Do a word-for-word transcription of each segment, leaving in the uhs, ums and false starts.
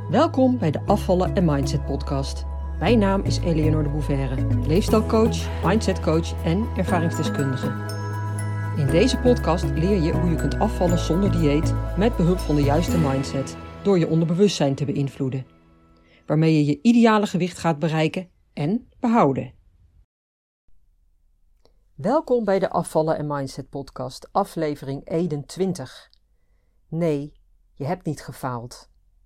Welkom bij de Afvallen en Mindset podcast. Mijn naam is Eleonore de Bouverre, leefstijlcoach, mindsetcoach en ervaringsdeskundige. In deze podcast leer je hoe je kunt afvallen zonder dieet met behulp van de juiste mindset door je onderbewustzijn te beïnvloeden, waarmee je je ideale gewicht gaat bereiken en behouden. Welkom bij de Afvallen en Mindset podcast, aflevering eenentwintig. Nee, je hebt niet gefaald.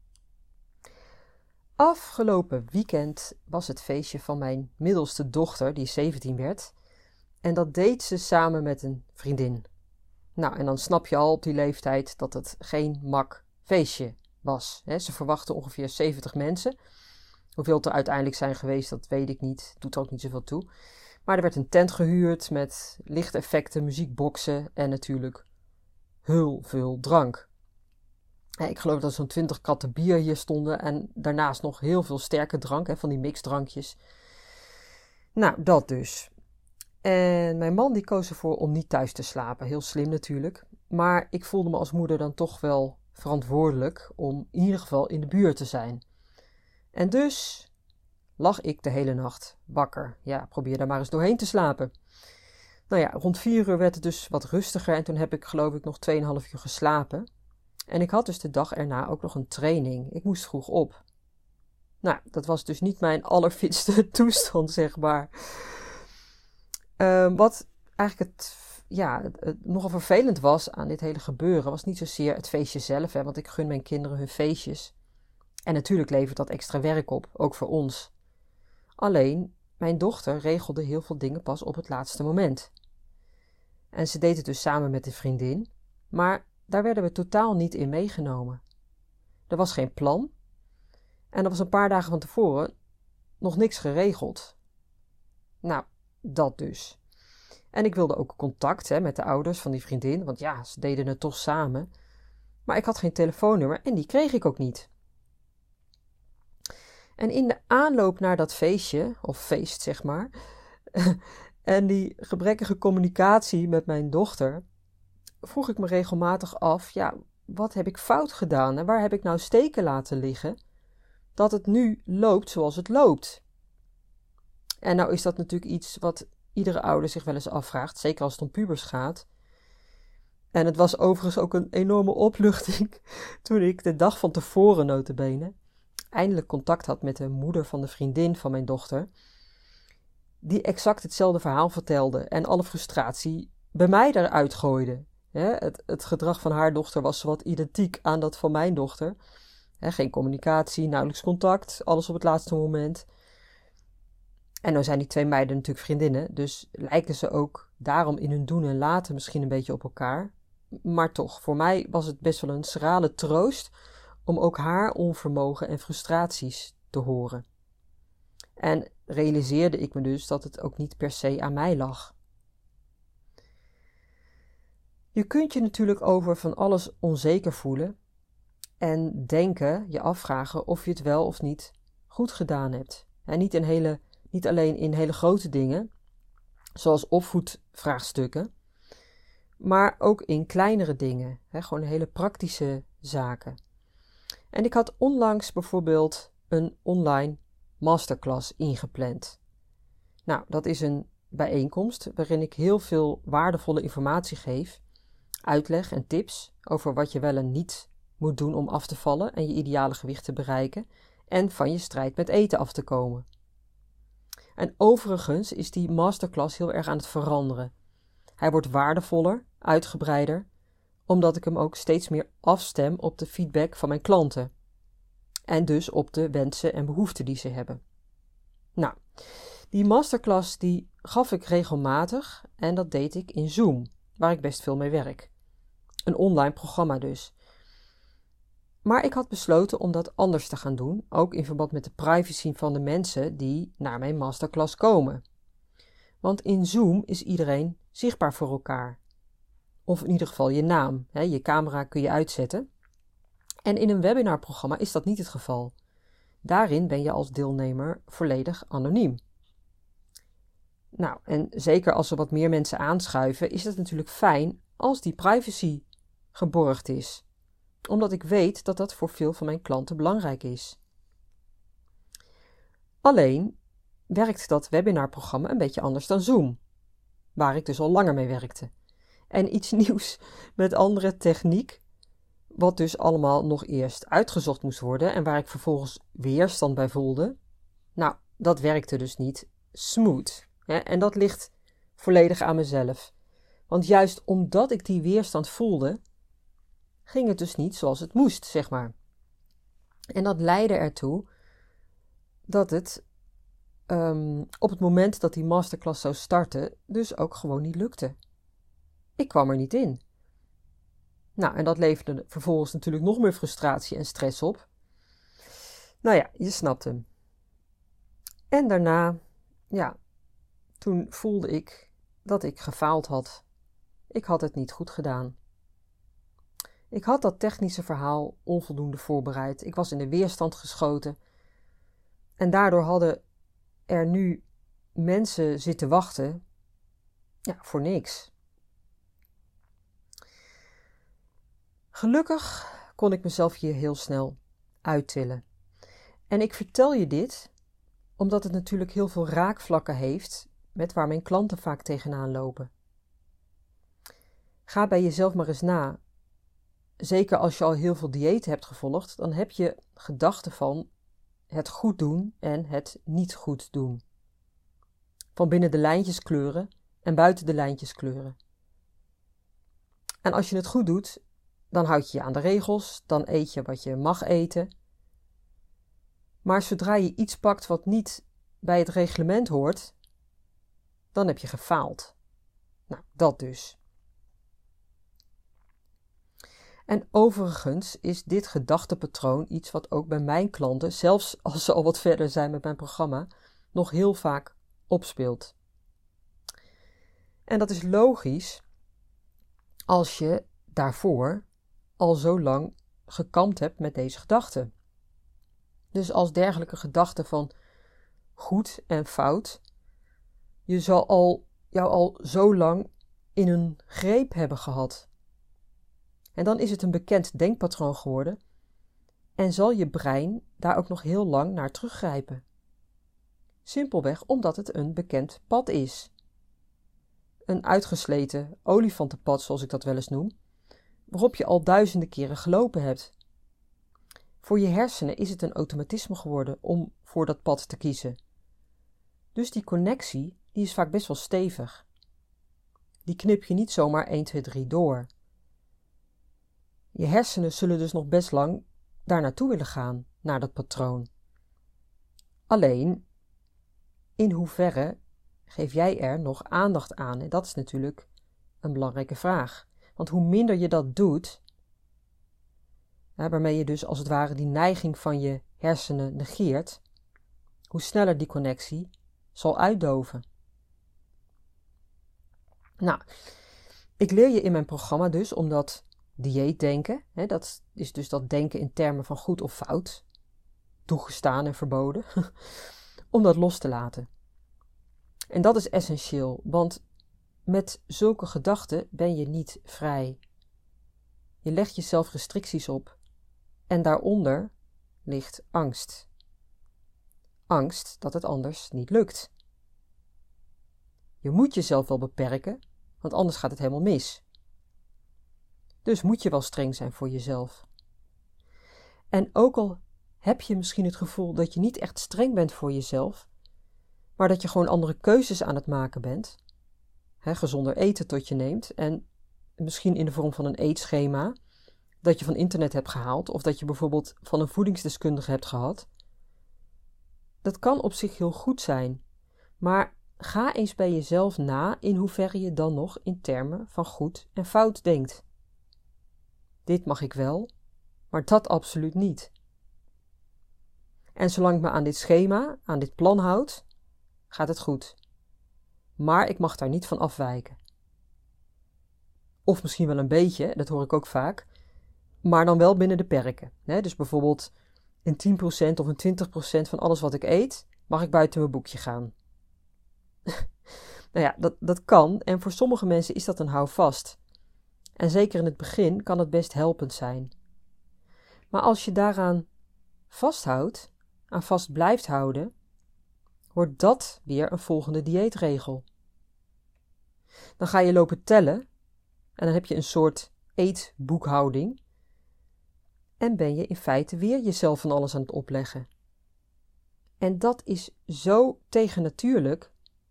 Afgelopen weekend was het feestje van mijn middelste dochter, die zeventien werd. En dat deed ze samen met een vriendin. Nou, en dan snap je al op die leeftijd dat het geen mak feestje was. He, ze verwachten ongeveer zeventig mensen. Hoeveel het er uiteindelijk zijn geweest, dat weet ik niet. Doet er ook niet zoveel toe. Maar er werd een tent gehuurd met lichteffecten, muziekboxen en natuurlijk heel veel drank. Ik geloof dat er zo'n twintig kratten bier hier stonden en daarnaast nog heel veel sterke drank, hè, van die mixdrankjes. Nou, dat dus. En mijn man die koos ervoor om niet thuis te slapen. Heel slim natuurlijk. Maar ik voelde me als moeder dan toch wel verantwoordelijk om in ieder geval in de buurt te zijn. En dus lag ik de hele nacht wakker. Ja, probeer daar maar eens doorheen te slapen. Nou ja, rond vier uur werd het dus wat rustiger en toen heb ik geloof ik nog tweeënhalf uur geslapen. En ik had dus de dag erna ook nog een training. Ik moest vroeg op. Nou, dat was dus niet mijn allerfitste toestand, zeg maar. Uh, wat eigenlijk het, ja, het, het nogal vervelend was aan dit hele gebeuren, was niet zozeer het feestje zelf, hè, want ik gun mijn kinderen hun feestjes. En natuurlijk levert dat extra werk op, ook voor ons. Alleen, mijn dochter regelde heel veel dingen pas op het laatste moment. En ze deed het dus samen met een vriendin, maar daar werden we totaal niet in meegenomen. Er was geen plan en er was een paar dagen van tevoren nog niks geregeld. Nou, dat dus. En ik wilde ook contact hè, met de ouders van die vriendin, want ja, ze deden het toch samen. Maar ik had geen telefoonnummer en die kreeg ik ook niet. En in de aanloop naar dat feestje, of feest zeg maar, en die gebrekkige communicatie met mijn dochter, vroeg ik me regelmatig af, ja, wat heb ik fout gedaan en waar heb ik nou steken laten liggen, dat het nu loopt zoals het loopt. En nou is dat natuurlijk iets wat iedere ouder zich wel eens afvraagt, zeker als het om pubers gaat. En het was overigens ook een enorme opluchting toen ik de dag van tevoren nota bene eindelijk contact had met de moeder van de vriendin van mijn dochter, die exact hetzelfde verhaal vertelde en alle frustratie bij mij eruit gooide. He, het, het gedrag van haar dochter was zowat identiek aan dat van mijn dochter. He, geen communicatie, nauwelijks contact, alles op het laatste moment. En nou zijn die twee meiden natuurlijk vriendinnen, dus lijken ze ook daarom in hun doen en laten misschien een beetje op elkaar. Maar toch, voor mij was het best wel een schrale troost om ook haar onvermogen en frustraties te horen. En realiseerde ik me dus dat het ook niet per se aan mij lag. Je kunt je natuurlijk over van alles onzeker voelen en denken, je afvragen of je het wel of niet goed gedaan hebt. En niet, in hele, niet alleen in hele grote dingen, zoals opvoedvraagstukken, maar ook in kleinere dingen, hè, gewoon hele praktische zaken. En ik had onlangs bijvoorbeeld een online masterclass ingepland. Nou, dat is een bijeenkomst waarin ik heel veel waardevolle informatie geef, uitleg en tips over wat je wel en niet moet doen om af te vallen en je ideale gewicht te bereiken en van je strijd met eten af te komen. En overigens is die masterclass heel erg aan het veranderen. Hij wordt waardevoller, uitgebreider, omdat ik hem ook steeds meer afstem op de feedback van mijn klanten en dus op de wensen en behoeften die ze hebben. Nou, die masterclass die gaf ik regelmatig en dat deed ik in Zoom, waar ik best veel mee werk. Een online programma dus. Maar ik had besloten om dat anders te gaan doen, ook in verband met de privacy van de mensen die naar mijn masterclass komen. Want in Zoom is iedereen zichtbaar voor elkaar. Of in ieder geval je naam, hè, je camera kun je uitzetten. En in een webinarprogramma is dat niet het geval. Daarin ben je als deelnemer volledig anoniem. Nou, en zeker als er wat meer mensen aanschuiven, is het natuurlijk fijn als die privacy geborgd is. Omdat ik weet dat dat voor veel van mijn klanten belangrijk is. Alleen werkt dat webinarprogramma een beetje anders dan Zoom, waar ik dus al langer mee werkte. En iets nieuws met andere techniek, wat dus allemaal nog eerst uitgezocht moest worden en waar ik vervolgens weerstand bij voelde. Nou, dat werkte dus niet smooth. Hè? En dat ligt volledig aan mezelf. Want juist omdat ik die weerstand voelde, ging het dus niet zoals het moest, zeg maar. En dat leidde ertoe dat het um, op het moment dat die masterclass zou starten, dus ook gewoon niet lukte. Ik kwam er niet in. Nou, en dat leverde vervolgens natuurlijk nog meer frustratie en stress op. Nou ja, je snapt hem. En daarna, ja, toen voelde ik dat ik gefaald had. Ik had het niet goed gedaan. Ik had dat technische verhaal onvoldoende voorbereid. Ik was in de weerstand geschoten. En daardoor hadden er nu mensen zitten wachten, ja, voor niks. Gelukkig kon ik mezelf hier heel snel uittillen. En ik vertel je dit omdat het natuurlijk heel veel raakvlakken heeft met waar mijn klanten vaak tegenaan lopen. Ga bij jezelf maar eens na. Zeker als je al heel veel diëten hebt gevolgd, dan heb je gedachten van het goed doen en het niet goed doen. Van binnen de lijntjes kleuren en buiten de lijntjes kleuren. En als je het goed doet, dan houd je je aan de regels, dan eet je wat je mag eten. Maar zodra je iets pakt wat niet bij het reglement hoort, dan heb je gefaald. Nou, dat dus. En overigens is dit gedachtepatroon iets wat ook bij mijn klanten, zelfs als ze al wat verder zijn met mijn programma, nog heel vaak opspeelt. En dat is logisch als je daarvoor al zo lang gekampt hebt met deze gedachten. Dus als dergelijke gedachten van goed en fout je zal al, jou al zo lang in een greep hebben gehad. En dan is het een bekend denkpatroon geworden en zal je brein daar ook nog heel lang naar teruggrijpen. Simpelweg omdat het een bekend pad is. Een uitgesleten olifantenpad, zoals ik dat wel eens noem, waarop je al duizenden keren gelopen hebt. Voor je hersenen is het een automatisme geworden om voor dat pad te kiezen. Dus die connectie, die is vaak best wel stevig. Die knip je niet zomaar één, twee, drie door. Je hersenen zullen dus nog best lang daar naartoe willen gaan, naar dat patroon. Alleen, in hoeverre geef jij er nog aandacht aan? En dat is natuurlijk een belangrijke vraag. Want hoe minder je dat doet, ja, waarmee je dus als het ware die neiging van je hersenen negeert, hoe sneller die connectie zal uitdoven. Nou, ik leer je in mijn programma dus om dat dieetdenken, hè, dat is dus dat denken in termen van goed of fout, toegestaan en verboden, om dat los te laten. En dat is essentieel, want met zulke gedachten ben je niet vrij. Je legt jezelf restricties op en daaronder ligt angst. Angst dat het anders niet lukt. Je moet jezelf wel beperken, want anders gaat het helemaal mis. Dus moet je wel streng zijn voor jezelf. En ook al heb je misschien het gevoel dat je niet echt streng bent voor jezelf, maar dat je gewoon andere keuzes aan het maken bent, hè, gezonder eten tot je neemt en misschien in de vorm van een eetschema dat je van internet hebt gehaald of dat je bijvoorbeeld van een voedingsdeskundige hebt gehad. Dat kan op zich heel goed zijn, maar ga eens bij jezelf na in hoeverre je dan nog in termen van goed en fout denkt. Dit mag ik wel, maar dat absoluut niet. En zolang ik me aan dit schema, aan dit plan houd, gaat het goed. Maar ik mag daar niet van afwijken. Of misschien wel een beetje, dat hoor ik ook vaak, maar dan wel binnen de perken. Hè? Dus bijvoorbeeld een tien procent of een twintig procent van alles wat ik eet, mag ik buiten mijn boekje gaan. Nou ja, dat, dat kan en voor sommige mensen is dat een houvast. En zeker in het begin kan het best helpend zijn. Maar als je daaraan vasthoudt, aan vast blijft houden, wordt dat weer een volgende dieetregel. Dan ga je lopen tellen en dan heb je een soort eetboekhouding en ben je in feite weer jezelf van alles aan het opleggen. En dat is zo tegennatuurlijk.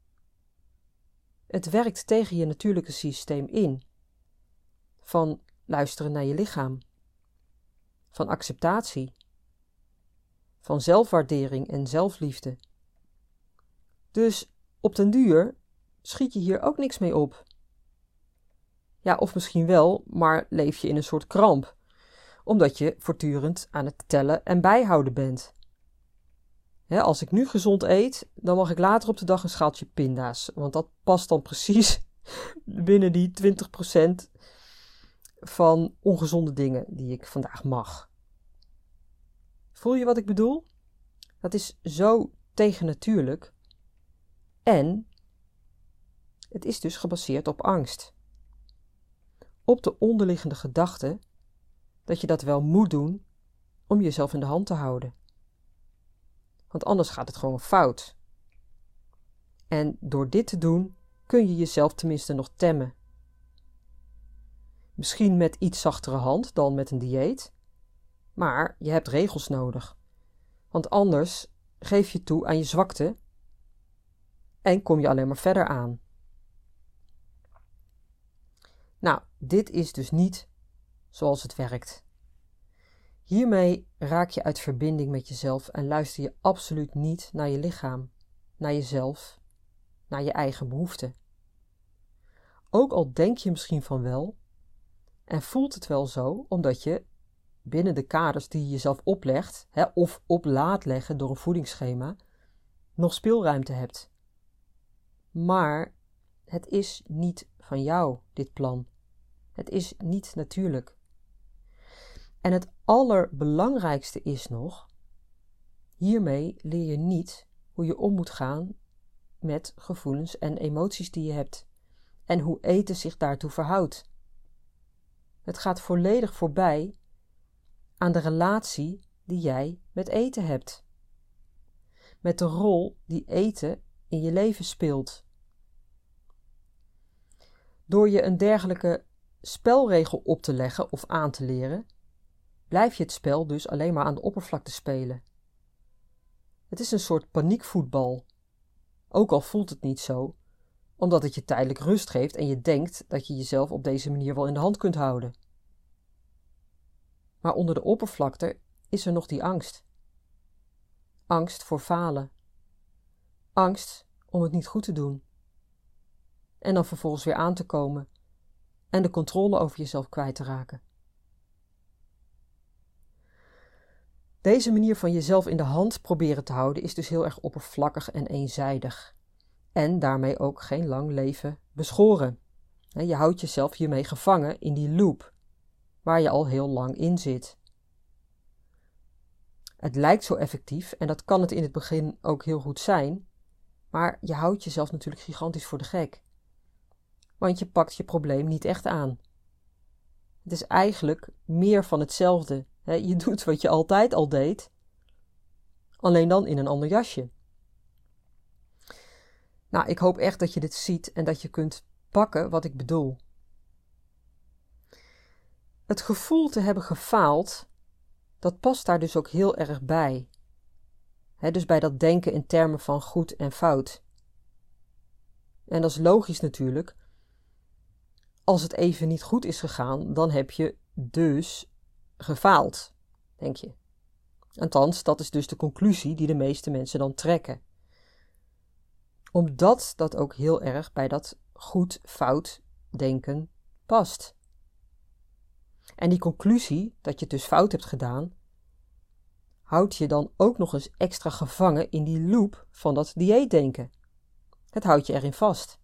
Het werkt tegen je natuurlijke systeem in. Van luisteren naar je lichaam. Van acceptatie. Van zelfwaardering en zelfliefde. Dus op den duur schiet je hier ook niks mee op. Ja, of misschien wel, maar leef je in een soort kramp. Omdat je voortdurend aan het tellen en bijhouden bent. He, als ik nu gezond eet, dan mag ik later op de dag een schaaltje pinda's. Want dat past dan precies binnen die twintig procent van ongezonde dingen die ik vandaag mag. Voel je wat ik bedoel? Dat is zo tegennatuurlijk. En het is dus gebaseerd op angst. Op de onderliggende gedachte dat je dat wel moet doen om jezelf in de hand te houden. Want anders gaat het gewoon fout. En door dit te doen kun je jezelf tenminste nog temmen. Misschien met iets zachtere hand dan met een dieet, maar je hebt regels nodig. Want anders geef je toe aan je zwakte en kom je alleen maar verder aan. Nou, dit is dus niet zoals het werkt. Hiermee raak je uit verbinding met jezelf en luister je absoluut niet naar je lichaam, naar jezelf, naar je eigen behoeften. Ook al denk je misschien van wel en voelt het wel zo, omdat je binnen de kaders die je jezelf oplegt, hè, of op laat leggen door een voedingsschema, nog speelruimte hebt. Maar het is niet van jou, dit plan. Het is niet natuurlijk. En het allerbelangrijkste is nog, hiermee leer je niet hoe je om moet gaan met gevoelens en emoties die je hebt en hoe eten zich daartoe verhoudt. Het gaat volledig voorbij aan de relatie die jij met eten hebt. Met de rol die eten in je leven speelt. Door je een dergelijke spelregel op te leggen of aan te leren, blijf je het spel dus alleen maar aan de oppervlakte spelen. Het is een soort paniekvoetbal. Ook al voelt het niet zo, omdat het je tijdelijk rust geeft en je denkt dat je jezelf op deze manier wel in de hand kunt houden. Maar onder de oppervlakte is er nog die angst. Angst voor falen. Angst om het niet goed te doen. En dan vervolgens weer aan te komen en de controle over jezelf kwijt te raken. Deze manier van jezelf in de hand proberen te houden is dus heel erg oppervlakkig en eenzijdig. En daarmee ook geen lang leven beschoren. Je houdt jezelf hiermee gevangen in die loop, waar je al heel lang in zit. Het lijkt zo effectief en dat kan het in het begin ook heel goed zijn, maar je houdt jezelf natuurlijk gigantisch voor de gek. Want je pakt je probleem niet echt aan. Het is eigenlijk meer van hetzelfde. Je doet wat je altijd al deed, alleen dan in een ander jasje. Nou, ik hoop echt dat je dit ziet en dat je kunt pakken wat ik bedoel. Het gevoel te hebben gefaald, dat past daar dus ook heel erg bij. He, dus bij dat denken in termen van goed en fout. En dat is logisch natuurlijk. Als het even niet goed is gegaan, dan heb je dus gefaald, denk je. Althans, dat is dus de conclusie die de meeste mensen dan trekken. Omdat dat ook heel erg bij dat goed-fout denken past. En die conclusie, dat je het dus fout hebt gedaan, houdt je dan ook nog eens extra gevangen in die loop van dat dieetdenken. Het houdt je erin vast.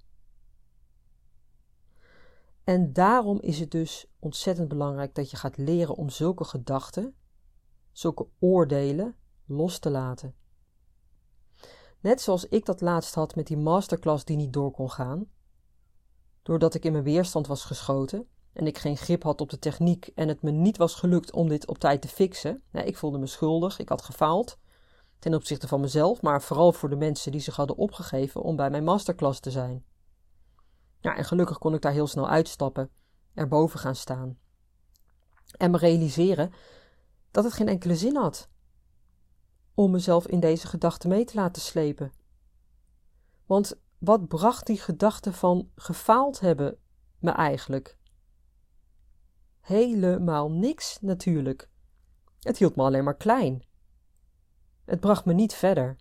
En daarom is het dus ontzettend belangrijk dat je gaat leren om zulke gedachten, zulke oordelen, los te laten. Net zoals ik dat laatst had met die masterclass die niet door kon gaan, doordat ik in mijn weerstand was geschoten en ik geen grip had op de techniek en het me niet was gelukt om dit op tijd te fixen. Ja, ik voelde me schuldig, ik had gefaald ten opzichte van mezelf, maar vooral voor de mensen die zich hadden opgegeven om bij mijn masterclass te zijn. Ja, en gelukkig kon ik daar heel snel uitstappen, erboven gaan staan en me realiseren dat het geen enkele zin had om mezelf in deze gedachte mee te laten slepen. Want wat bracht die gedachte van gefaald hebben me eigenlijk? Helemaal niks natuurlijk. Het hield me alleen maar klein. Het bracht me niet verder.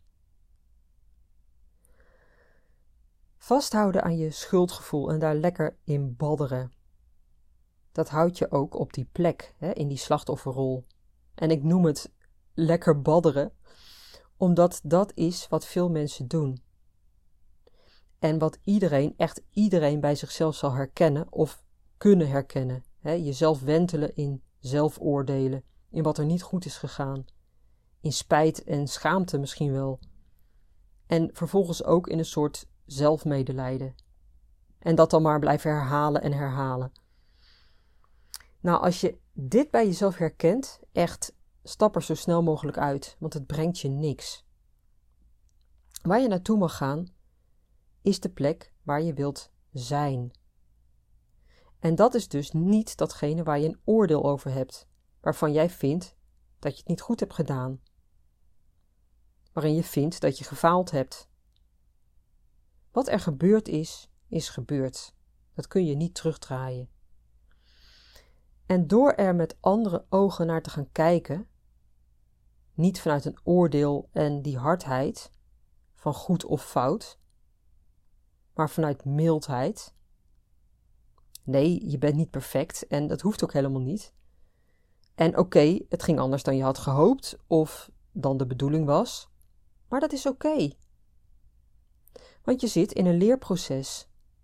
Vasthouden aan je schuldgevoel en daar lekker in badderen. Dat houdt je ook op die plek, hè, in die slachtofferrol. En ik noem het lekker badderen, omdat dat is wat veel mensen doen. En wat iedereen, echt iedereen bij zichzelf zal herkennen of kunnen herkennen. Hè, jezelf wentelen in zelfoordelen, in wat er niet goed is gegaan. In spijt en schaamte misschien wel. En vervolgens ook in een soort zelfmedelijden. En dat dan maar blijven herhalen en herhalen. Nou, als je dit bij jezelf herkent, echt stap er zo snel mogelijk uit, want het brengt je niks. Waar je naartoe mag gaan, is de plek waar je wilt zijn. En dat is dus niet datgene waar je een oordeel over hebt, waarvan jij vindt dat je het niet goed hebt gedaan. Waarin je vindt dat je gefaald hebt. Wat er gebeurd is, is gebeurd. Dat kun je niet terugdraaien. En door er met andere ogen naar te gaan kijken, niet vanuit een oordeel en die hardheid van goed of fout, maar vanuit mildheid. Nee, je bent niet perfect en dat hoeft ook helemaal niet. En oké, okay, het ging anders dan je had gehoopt of dan de bedoeling was, maar dat is oké. Okay. Want je zit in een leerproces.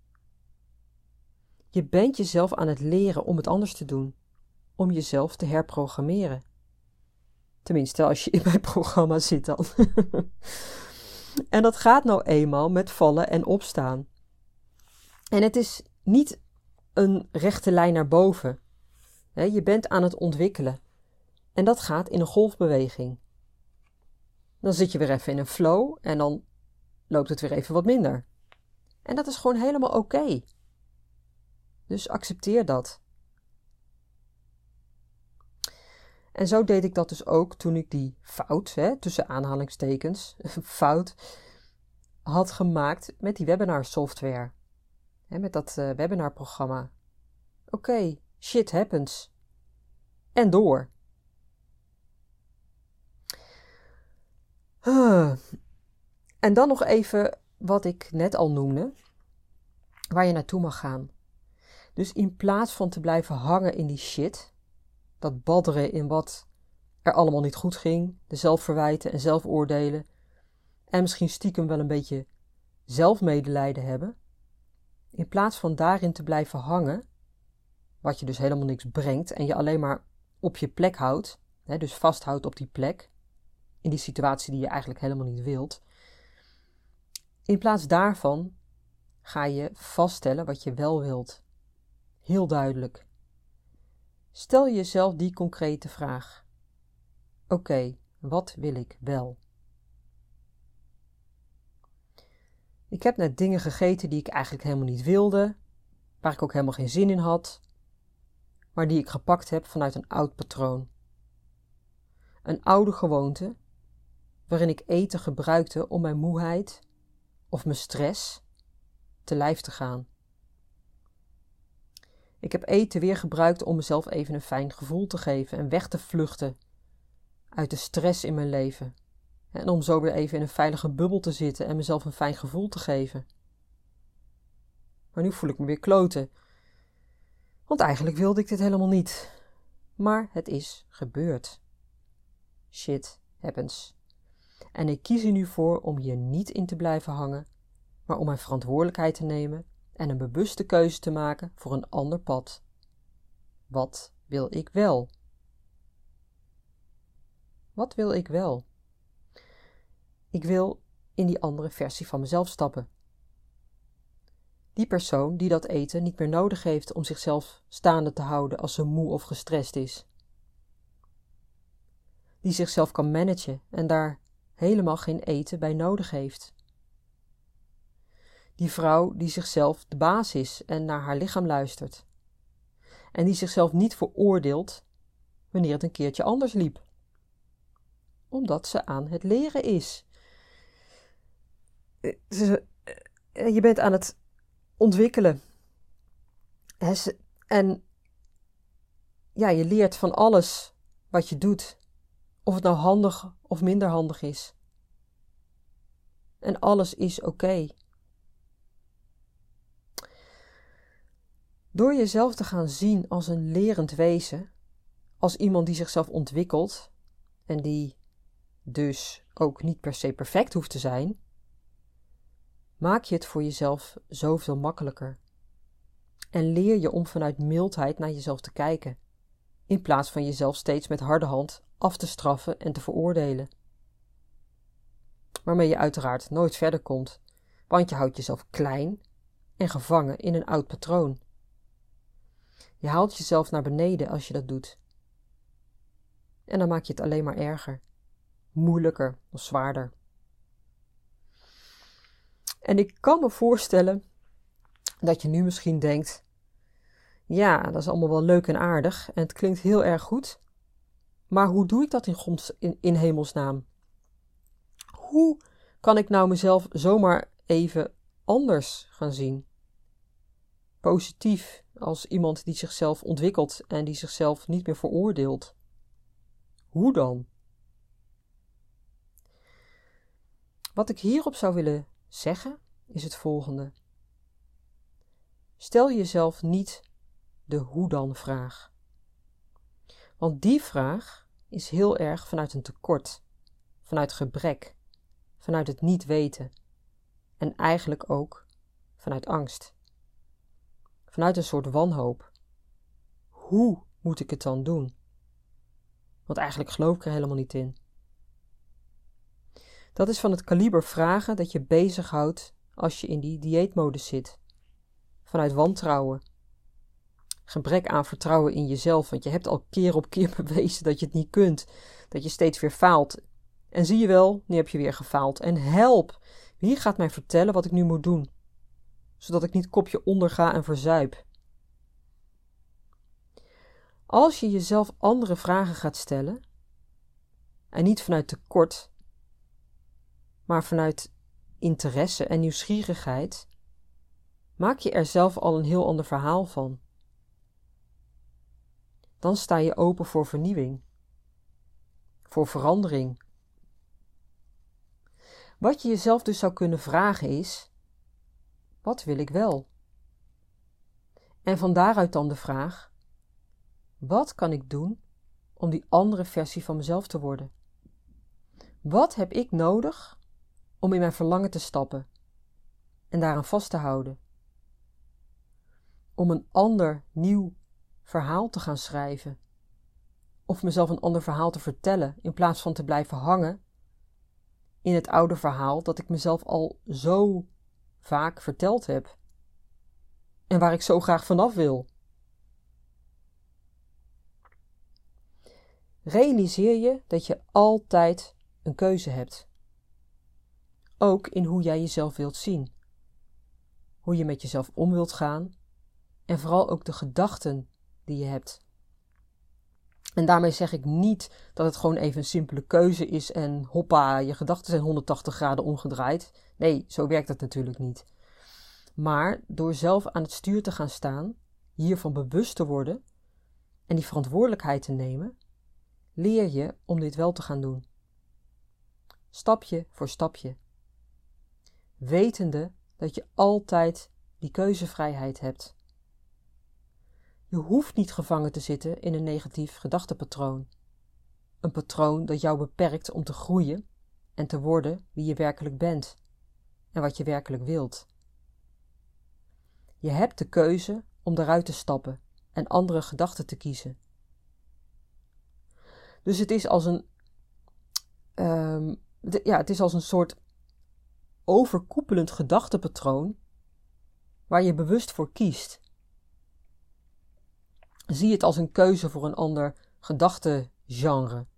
Je bent jezelf aan het leren om het anders te doen, om jezelf te herprogrammeren. Tenminste, als je in mijn programma zit dan. En dat gaat nou eenmaal met vallen en opstaan. En het is niet een rechte lijn naar boven. Je bent aan het ontwikkelen. En dat gaat in een golfbeweging. Dan zit je weer even in een flow en dan loopt het weer even wat minder. En dat is gewoon helemaal oké. Okay. Dus accepteer dat. En zo deed ik dat dus ook toen ik die fout, hè, tussen aanhalingstekens, fout, had gemaakt met die webinar software. Hè, met dat uh, webinarprogramma. Oké, okay, shit happens. En door. Huh. En dan nog even wat ik net al noemde, waar je naartoe mag gaan. Dus in plaats van te blijven hangen in die shit, dat badderen in wat er allemaal niet goed ging, de zelfverwijten en zelfoordelen, en misschien stiekem wel een beetje zelfmedelijden hebben, in plaats van daarin te blijven hangen, wat je dus helemaal niks brengt en je alleen maar op je plek houdt, hè, dus vasthoudt op die plek, in die situatie die je eigenlijk helemaal niet wilt, in plaats daarvan ga je vaststellen wat je wel wilt. Heel duidelijk. Stel jezelf die concrete vraag. Oké, okay, wat wil ik wel? Ik heb net dingen gegeten die ik eigenlijk helemaal niet wilde, waar ik ook helemaal geen zin in had, maar die ik gepakt heb vanuit een oud patroon. Een oude gewoonte, waarin ik eten gebruikte om mijn moeheid of mijn stress te lijf te gaan. Ik heb eten weer gebruikt om mezelf even een fijn gevoel te geven en weg te vluchten uit de stress in mijn leven. En om zo weer even in een veilige bubbel te zitten en mezelf een fijn gevoel te geven. Maar nu voel ik me weer kloten. Want eigenlijk wilde ik dit helemaal niet. Maar het is gebeurd. Shit happens. En ik kies er nu voor om hier niet in te blijven hangen, maar om mijn verantwoordelijkheid te nemen en een bewuste keuze te maken voor een ander pad. Wat wil ik wel? Wat wil ik wel? Ik wil in die andere versie van mezelf stappen. Die persoon die dat eten niet meer nodig heeft om zichzelf staande te houden als ze moe of gestrest is. Die zichzelf kan managen en daar helemaal geen eten bij nodig heeft. Die vrouw die zichzelf de baas is en naar haar lichaam luistert. En die zichzelf niet veroordeelt wanneer het een keertje anders liep. Omdat ze aan het leren is. Je bent aan het ontwikkelen. En ja, je leert van alles wat je doet. Of het nou handig of minder handig is. En alles is oké. Okay. Door jezelf te gaan zien als een lerend wezen, als iemand die zichzelf ontwikkelt en die dus ook niet per se perfect hoeft te zijn, maak je het voor jezelf zoveel makkelijker. En leer je om vanuit mildheid naar jezelf te kijken, in plaats van jezelf steeds met harde hand af te straffen en te veroordelen. Waarmee je uiteraard nooit verder komt, want je houdt jezelf klein en gevangen in een oud patroon. Je haalt jezelf naar beneden als je dat doet. En dan maak je het alleen maar erger, moeilijker of zwaarder. En ik kan me voorstellen dat je nu misschien denkt, ja, dat is allemaal wel leuk en aardig en het klinkt heel erg goed, maar hoe doe ik dat in, gods, in, in hemelsnaam? Hoe kan ik nou mezelf zomaar even anders gaan zien? Positief, als iemand die zichzelf ontwikkelt en die zichzelf niet meer veroordeelt. Hoe dan? Wat ik hierop zou willen zeggen, is het volgende. Stel jezelf niet de hoe dan vraag. Want die vraag is heel erg vanuit een tekort, vanuit gebrek, vanuit het niet weten en eigenlijk ook vanuit angst. Vanuit een soort wanhoop. Hoe moet ik het dan doen? Want eigenlijk geloof ik er helemaal niet in. Dat is van het kaliber vragen dat je bezighoudt als je in die dieetmodus zit. Vanuit wantrouwen. Gebrek aan vertrouwen in jezelf, want je hebt al keer op keer bewezen dat je het niet kunt. Dat je steeds weer faalt. En zie je wel, nu heb je weer gefaald. En help, wie gaat mij vertellen wat ik nu moet doen? Zodat ik niet kopje onder ga en verzuip. Als je jezelf andere vragen gaat stellen, en niet vanuit tekort, maar vanuit interesse en nieuwsgierigheid, maak je er zelf al een heel ander verhaal van. Dan sta je open voor vernieuwing, voor verandering. Wat je jezelf dus zou kunnen vragen is, wat wil ik wel? En van daaruit dan de vraag, wat kan ik doen om die andere versie van mezelf te worden? Wat heb ik nodig om in mijn verlangen te stappen en daaraan vast te houden? Om een ander, nieuw verhaal te gaan schrijven. Of mezelf een ander verhaal te vertellen in plaats van te blijven hangen in het oude verhaal dat ik mezelf al zo vaak verteld heb. En waar ik zo graag vanaf wil. Realiseer je dat je altijd een keuze hebt. Ook in hoe jij jezelf wilt zien. Hoe je met jezelf om wilt gaan. En vooral ook de gedachten die je hebt. En daarmee zeg ik niet dat het gewoon even een simpele keuze is en hoppa, je gedachten zijn honderdtachtig graden omgedraaid. Nee, zo werkt dat natuurlijk niet. Maar door zelf aan het stuur te gaan staan, hiervan bewust te worden en die verantwoordelijkheid te nemen, leer je om dit wel te gaan doen. Stapje voor stapje. Wetende dat je altijd die keuzevrijheid hebt. Je hoeft niet gevangen te zitten in een negatief gedachtepatroon. Een patroon dat jou beperkt om te groeien en te worden wie je werkelijk bent en wat je werkelijk wilt. Je hebt de keuze om daaruit te stappen en andere gedachten te kiezen. Dus het is als een, um, de, ja, het is als een soort overkoepelend gedachtepatroon waar je bewust voor kiest. Zie het als een keuze voor een ander gedachtegenre.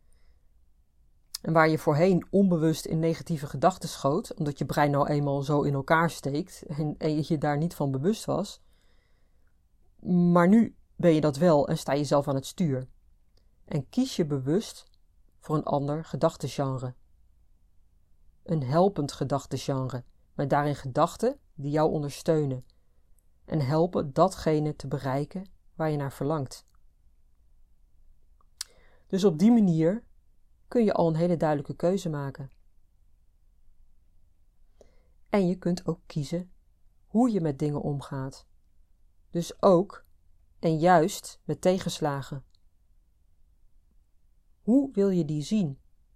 En waar je voorheen onbewust in negatieve gedachten schoot, omdat je brein nou eenmaal zo in elkaar steekt en, en je je daar niet van bewust was. Maar nu ben je dat wel en sta je zelf aan het stuur. En kies je bewust voor een ander gedachtegenre. Een helpend gedachtegenre, met daarin gedachten die jou ondersteunen en helpen datgene te bereiken waar je naar verlangt. Dus op die manier kun je al een hele duidelijke keuze maken. En je kunt ook kiezen hoe je met dingen omgaat. Dus ook en juist met tegenslagen. Hoe wil je die zien?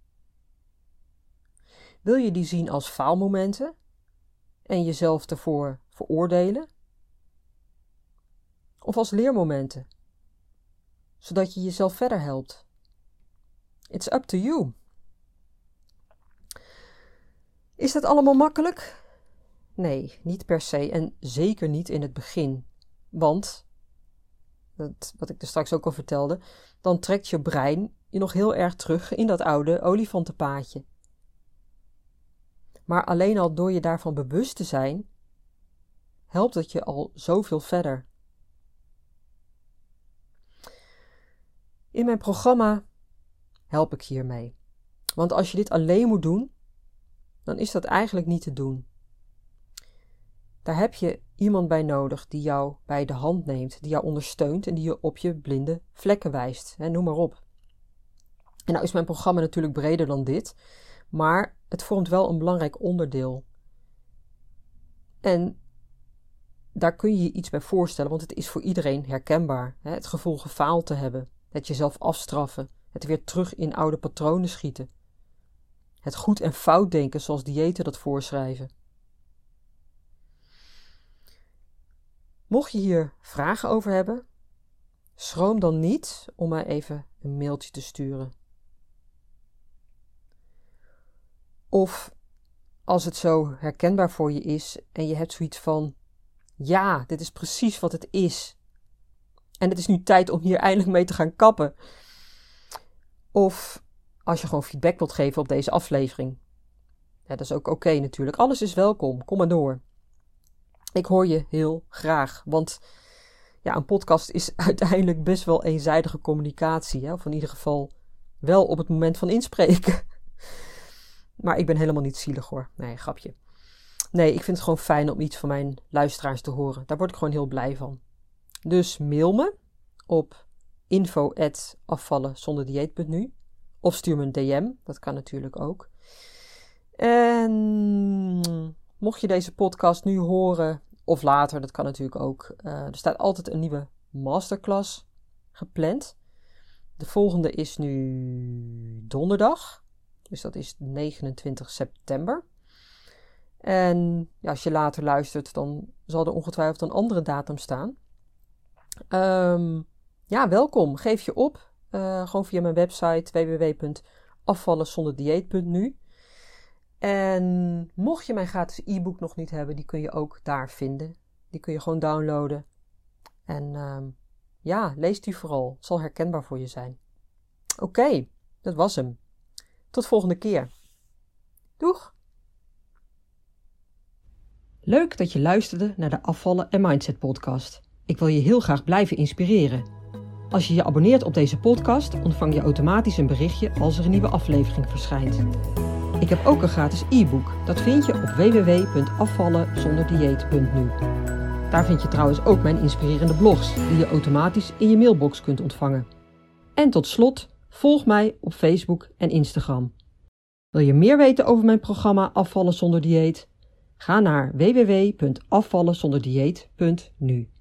Wil je die zien als faalmomenten en jezelf ervoor veroordelen? Of als leermomenten, zodat je jezelf verder helpt? It's up to you. Is dat allemaal makkelijk? Nee, niet per se en zeker niet in het begin. Want, dat, wat ik er straks ook al vertelde, dan trekt je brein je nog heel erg terug in dat oude olifantenpaadje. Maar alleen al door je daarvan bewust te zijn, helpt het je al zoveel verder. In mijn programma help ik hiermee. Want als je dit alleen moet doen, dan is dat eigenlijk niet te doen. Daar heb je iemand bij nodig die jou bij de hand neemt, die jou ondersteunt en die je op je blinde vlekken wijst. Hè, noem maar op. En nou is mijn programma natuurlijk breder dan dit, maar het vormt wel een belangrijk onderdeel. En daar kun je je iets bij voorstellen, want het is voor iedereen herkenbaar. Hè? Het gevoel gefaald te hebben, het jezelf afstraffen, het weer terug in oude patronen schieten. Het goed en fout denken zoals diëten dat voorschrijven. Mocht je hier vragen over hebben, schroom dan niet om mij even een mailtje te sturen. Of als het zo herkenbaar voor je is en je hebt zoiets van, ja, dit is precies wat het is. En het is nu tijd om hier eindelijk mee te gaan kappen. Of als je gewoon feedback wilt geven op deze aflevering. Ja, dat is ook oké okay, natuurlijk. Alles is welkom. Kom maar door. Ik hoor je heel graag. Want ja, een podcast is uiteindelijk best wel eenzijdige communicatie. Hè? Of in ieder geval wel op het moment van inspreken. Maar ik ben helemaal niet zielig hoor. Nee, grapje. Nee, ik vind het gewoon fijn om iets van mijn luisteraars te horen. Daar word ik gewoon heel blij van. Dus mail me op info at afvallen zonder dieet punt nu. Of stuur me een D M. Dat kan natuurlijk ook. En mocht je deze podcast nu horen of later, dat kan natuurlijk ook. Uh, er staat altijd een nieuwe masterclass gepland. De volgende is nu donderdag. Dus dat is negenentwintig september. En ja, als je later luistert, dan zal er ongetwijfeld een andere datum staan. Um, ja, welkom. Geef je op. Uh, gewoon via mijn website w w w punt afvallen zonder dieet punt nu. En mocht je mijn gratis e-book nog niet hebben, die kun je ook daar vinden. Die kun je gewoon downloaden. En um, ja, lees die vooral. Het zal herkenbaar voor je zijn. Oké, okay, dat was hem. Tot volgende keer. Doeg! Leuk dat je luisterde naar de Afvallen en Mindset podcast. Ik wil je heel graag blijven inspireren. Als je je abonneert op deze podcast, ontvang je automatisch een berichtje als er een nieuwe aflevering verschijnt. Ik heb ook een gratis e-book. Dat vind je op w w w punt afvallen zonder dieet punt nu. Daar vind je trouwens ook mijn inspirerende blogs, die je automatisch in je mailbox kunt ontvangen. En tot slot, volg mij op Facebook en Instagram. Wil je meer weten over mijn programma Afvallen zonder dieet? Ga naar w w w punt afvallen zonder dieet punt nu.